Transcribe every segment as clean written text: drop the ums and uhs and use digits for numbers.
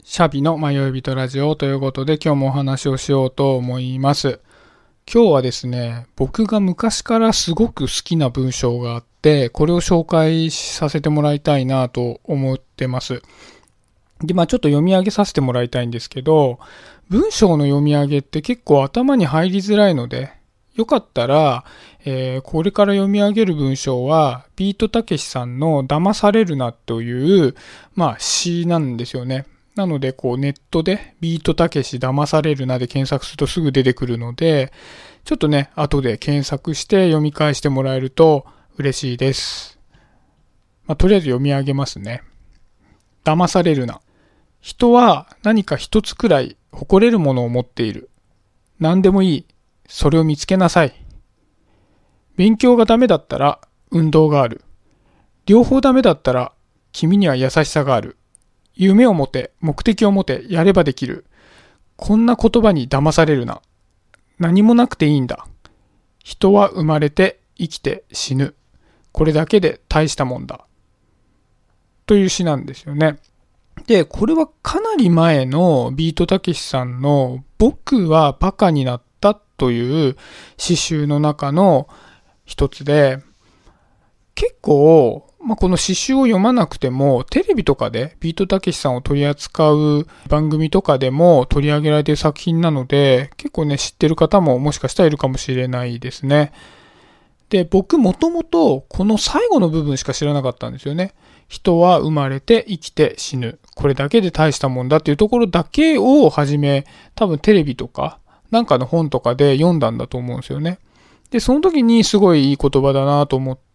シャビの迷い人ラジオということで今日もお話をしようと思います。今日はですね、僕が昔からすごく好きな文章があって、これを紹介させてもらいたいなと思ってます。で、ちょっと読み上げさせてもらいたいんですけど、文章の読み上げって結構頭に入りづらいので、よかったら、これから読み上げる文章は、ビートたけしさんの騙されるなという、詩なんですよね。なので、ネットでビートたけし騙されるなで検索するとすぐ出てくるので、ちょっとね、後で検索して読み返してもらえると嬉しいです。とりあえず読み上げますね。騙されるな。人は何か一つくらい誇れるものを持っている。何でもいい。それを見つけなさい。勉強がダメだったら運動がある。両方ダメだったら君には優しさがある。夢を持て、目的を持て、やればできる。こんな言葉に騙されるな。何もなくていいんだ。人は生まれて、生きて、死ぬ。これだけで大したもんだ。という詩なんですよね。で、これはかなり前のビートたけしさんの僕はバカになったという詩集の中の一つで、結構、この詩集を読まなくても、テレビとかでビートたけしさんを取り扱う番組とかでも取り上げられている作品なので、結構ね、知ってる方ももしかしたらいるかもしれないですね。で、僕もともとこの最後の部分しか知らなかったんですよね。人は生まれて生きて死ぬ。これだけで大したもんだっていうところだけをはじめ、多分テレビとか、なんかの本とかで読んだんだと思うんですよね。で、その時にすごいいい言葉だなと思って、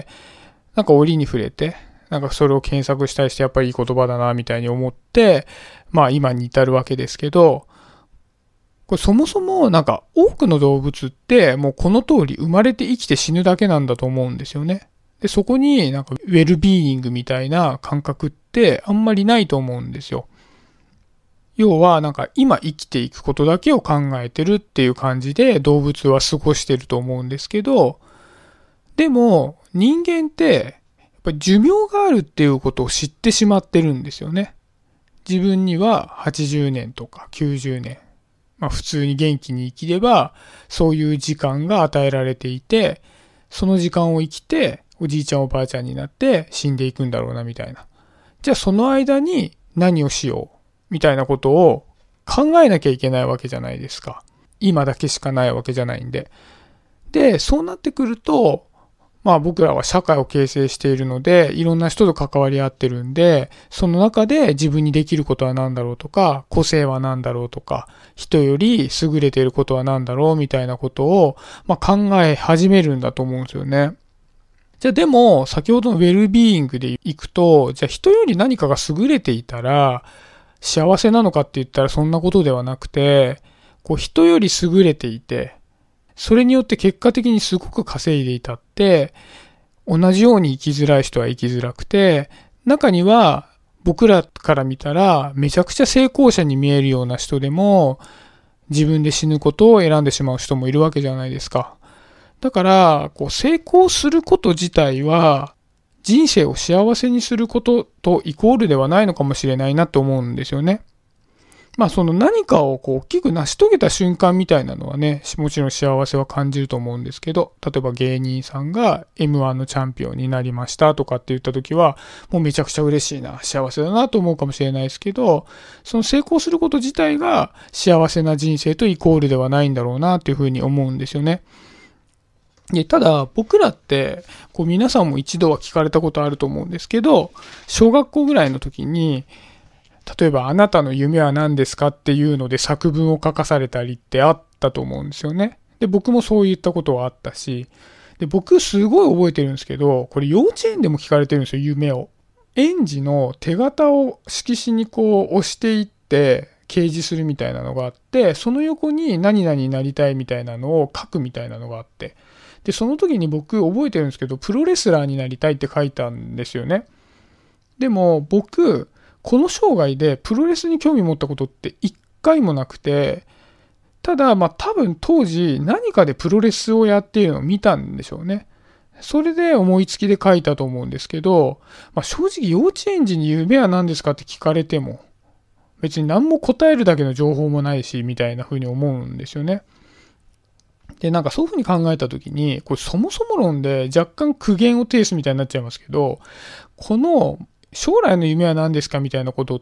なんか折に触れて、なんかそれを検索したりしてやっぱりいい言葉だなみたいに思って、今に至るわけですけど、これそもそもなんか多くの動物ってもうこの通り生まれて生きて死ぬだけなんだと思うんですよね。で、そこになんかウェルビーイングみたいな感覚ってあんまりないと思うんですよ。要はなんか今生きていくことだけを考えてるっていう感じで動物は過ごしてると思うんですけど、でも人間ってやっぱり寿命があるっていうことを知ってしまってるんですよね。自分には80年とか90年、普通に元気に生きればそういう時間が与えられていて、その時間を生きておじいちゃんおばあちゃんになって死んでいくんだろうなみたいな。じゃあその間に何をしようみたいなことを考えなきゃいけないわけじゃないですか。今だけしかないわけじゃないんで。で、そうなってくると、僕らは社会を形成しているので、いろんな人と関わり合ってるんで、その中で自分にできることは何だろうとか、個性は何だろうとか、人より優れていることは何だろうみたいなことを、考え始めるんだと思うんですよね。じゃあでも、先ほどのウェルビーイングでいくと、じゃあ人より何かが優れていたら、幸せなのかって言ったらそんなことではなくて、人より優れていて、それによって結果的にすごく稼いでいたって、同じように生きづらい人は生きづらくて、中には僕らから見たらめちゃくちゃ成功者に見えるような人でも、自分で死ぬことを選んでしまう人もいるわけじゃないですか。だから、成功すること自体は、人生を幸せにすることとイコールではないのかもしれないなと思うんですよね。その何かを大きく成し遂げた瞬間みたいなのはね、もちろん幸せは感じると思うんですけど、例えば芸人さんが M1 のチャンピオンになりましたとかって言った時は、もうめちゃくちゃ嬉しいな、幸せだなと思うかもしれないですけど、その成功すること自体が幸せな人生とイコールではないんだろうなというふうに思うんですよね。で、ただ僕らって皆さんも一度は聞かれたことあると思うんですけど、小学校ぐらいの時に例えばあなたの夢は何ですかっていうので作文を書かされたりってあったと思うんですよね。で、僕もそういったことはあったし、で、僕すごい覚えてるんですけど、これ幼稚園でも聞かれてるんですよ、夢を。園児の手形を色紙に押していって掲示するみたいなのがあって、その横に何々になりたいみたいなのを書くみたいなのがあって、で、その時に僕覚えてるんですけど、プロレスラーになりたいって書いたんですよね。でも僕、この生涯でプロレスに興味持ったことって一回もなくて、ただ多分当時何かでプロレスをやっているのを見たんでしょうね。それで思いつきで書いたと思うんですけど、正直幼稚園児に夢は何ですかって聞かれても、 別に何も答えるだけの情報もないし、みたいな風に思うんですよね。で、なんかそういう風に考えたときに、これそもそも論で若干苦言を呈すみたいになっちゃいますけど、この将来の夢は何ですかみたいなことって、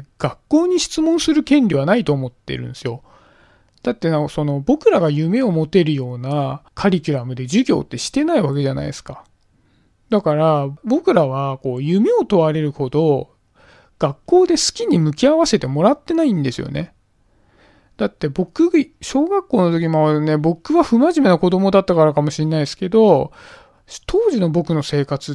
学校に質問する権利はないと思ってるんですよ。だってその僕らが夢を持てるようなカリキュラムで授業ってしてないわけじゃないですか。だから僕らはこう夢を問われるほど学校で好きに向き合わせてもらってないんですよね。だって僕、小学校の時もね、僕は不真面目な子供だったからかもしれないですけど、当時の僕の生活って、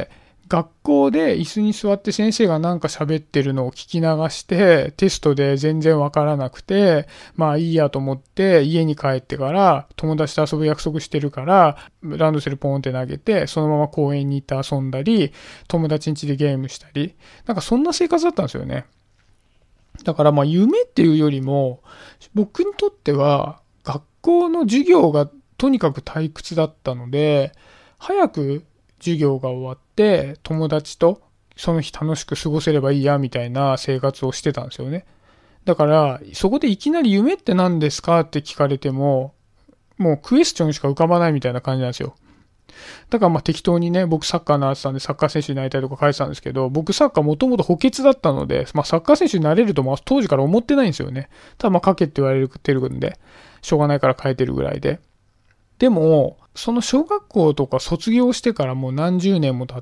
学校で椅子に座って先生がなんか喋ってるのを聞き流して、テストで全然わからなくて、まあいいやと思って家に帰ってから友達と遊ぶ約束してるから、ランドセルポンって投げて、そのまま公園に行って遊んだり、友達ん家でゲームしたり、なんかそんな生活だったんですよね。だからまあ夢っていうよりも、僕にとっては学校の授業がとにかく退屈だったので、早く授業が終わって友達とその日楽しく過ごせればいいやみたいな生活をしてたんですよね。だからそこでいきなり夢って何ですかって聞かれても、もうクエスチョンしか浮かばないみたいな感じなんですよ。だからまあ適当にね、僕サッカー習ってたんでサッカー選手になりたいとか書いてたんですけど、僕サッカーもともと補欠だったので、まあサッカー選手になれるとも当時から思ってないんですよね。ただまあ書けって言われてるんで、しょうがないから書いてるぐらいで。でも、その小学校とか卒業してからもう何十年も経って、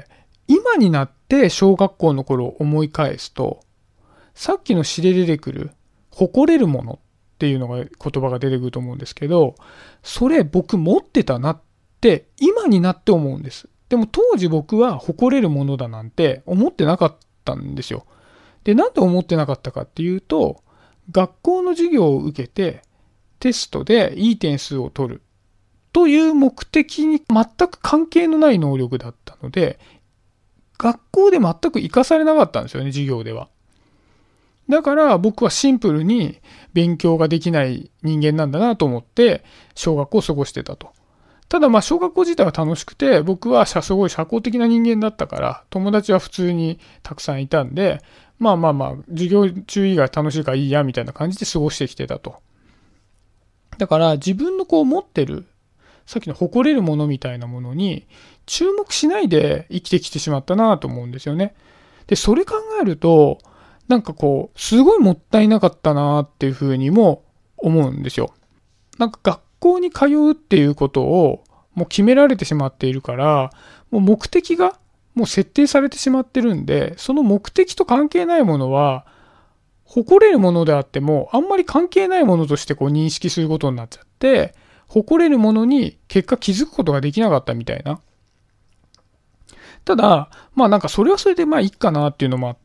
今になって小学校の頃を思い返すと、さっきの詩で出てくる誇れるものっていうのが言葉が出てくると思うんですけど、それ僕持ってたなって今になって思うんです。でも当時僕は誇れるものだなんて思ってなかったんですよ。で、なんで思ってなかったかっていうと、学校の授業を受けてテストでいい点数を取るという目的に全く関係のない能力だったので、学校で全く活かされなかったんですよね、授業では。だから僕はシンプルに勉強ができない人間なんだなと思って小学校を過ごしてたと。ただまあ小学校自体は楽しくて、僕はすごい社交的な人間だったから、友達は普通にたくさんいたんで、まあ授業中以外楽しいからいいやみたいな感じで過ごしてきてたと。だから自分のこう持ってる、さっきの誇れるものみたいなものに注目しないで生きてきてしまったなと思うんですよね。で、それ考えると、なんかこう、すごいもったいなかったなっていうふうにも思うんですよ。なんか学校に通うっていうことをもう決められてしまっているから、もう目的がもう設定されてしまってるんで、その目的と関係ないものは、誇れるものであっても、あんまり関係ないものとしてこう認識することになっちゃって、誇れるものに結果気づくことができなかったみたいな。ただ、まあなんかそれはそれでまあいいかなっていうのもあって、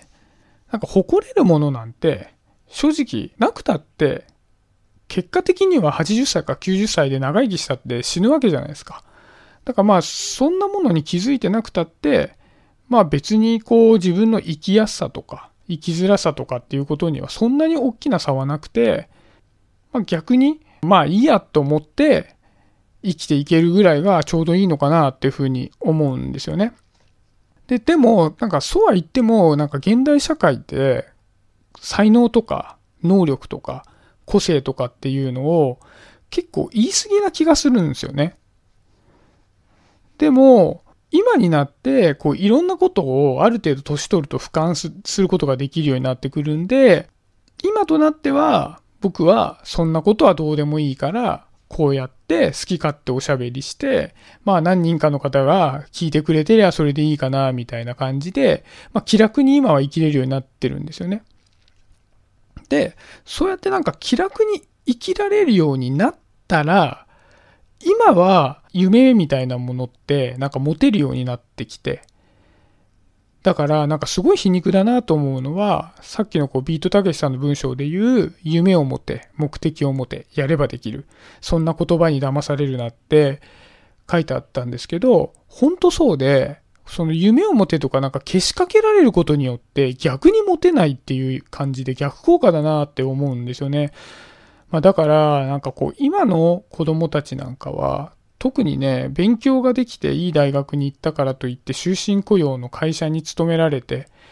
なんか誇れるものなんて正直なくたって結果的には80歳か90歳で長生きしたって死ぬわけじゃないですか。だからまあそんなものに気づいてなくたってまあ別にこう自分の生きやすさとか生きづらさとかっていうことにはそんなに大きな差はなくて、まあ、逆にまあいいやと思って生きていけるぐらいがちょうどいいのかなっていうふうに思うんですよね。でも、なんかそうは言っても、なんか現代社会って才能とか能力とか個性とかっていうのを結構言い過ぎな気がするんですよね。でも、今になってこういろんなことをある程度年取ると俯瞰することができるようになってくるんで、今となっては僕はそんなことはどうでもいいから、こうやって好き勝手おしゃべりして、まあ何人かの方が聞いてくれてりゃそれでいいかなみたいな感じで、まあ気楽に今は生きれるようになってるんですよね。で、そうやってなんか気楽に生きられるようになったら、今は夢みたいなものってなんか持てるようになってきて、だからなんかすごい皮肉だなと思うのは、さっきのこうビートたけしさんの文章で言う夢を持て、目的を持て、やればできる。そんな言葉に騙されるなって書いてあったんですけど、本当そうで、その夢を持てとかなんかけしかけられることによって逆に持てないっていう感じで逆効果だなって思うんですよね。まあだからなんかこう今の子供たちなんかは特にね、勉強ができていい大学に行ったからといって終身雇用の会社に勤められて、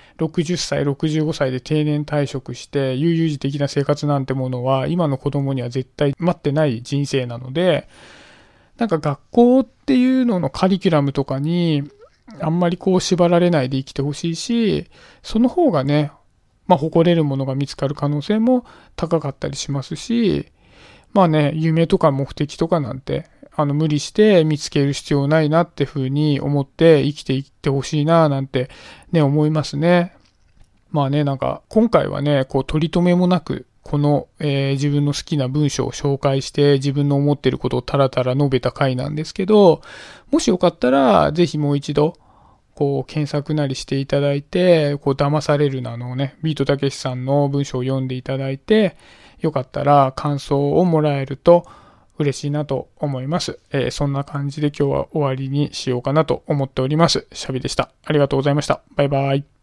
60歳、65歳で定年退職して、悠々自適な生活なんてものは、今の子供には絶対待ってない人生なので、なんか学校っていうののカリキュラムとかに、あんまりこう縛られないで生きてほしいし、その方がね、誇れるものが見つかる可能性も高かったりしますし、夢とか目的とかなんて、無理して見つける必要ないなって風に思って生きていってほしいななんてね、思いますね。なんか今回はね、こう取り留めもなく、この、自分の好きな文章を紹介して自分の思っていることをたらたら述べた回なんですけど、もしよかったらぜひもう一度こう検索なりしていただいて、こう騙されるなのね、ビートたけしさんの文章を読んでいただいて、よかったら感想をもらえると嬉しいなと思います。そんな感じで今日は終わりにしようかなと思っております。シャビでした。ありがとうございました。バイバイ。